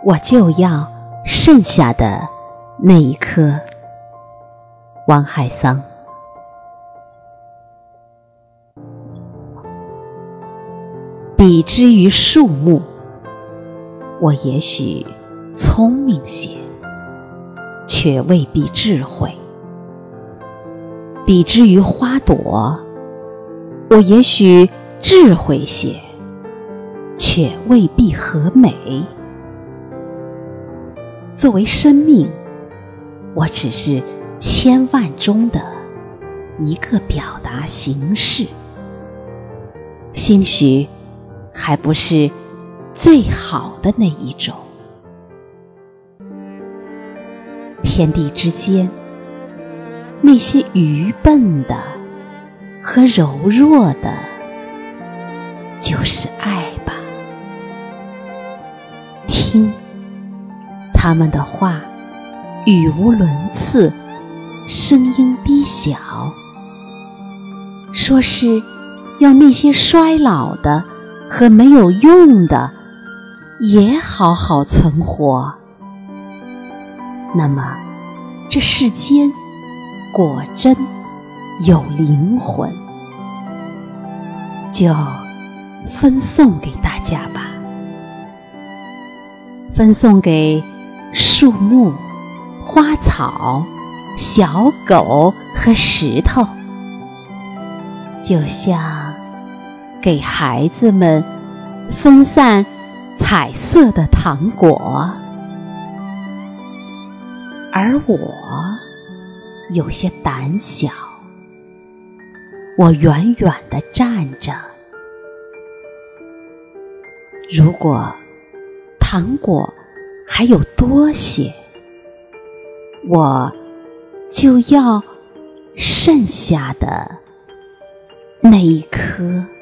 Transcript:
我就要剩下的那一颗。王海桑。比之于树木，我也许聪明些，却未必智慧；比之于花朵，我也许智慧些，却未必和美。作为生命，我只是千万中的一个表达形式，兴许还不是最好的那一种。天地之间，那些愚笨的和柔弱的，就是爱吧。听他们的话，语无伦次，声音低小，说是要那些衰老的和没有用的也好好存活。那么这世间果真有灵魂，就分送给大家吧，分送给树木、花草、小狗和石头，就像给孩子们分散彩色的糖果。而我有些胆小，我远远地站着。如果糖果还有多些，我就要剩下的那一颗。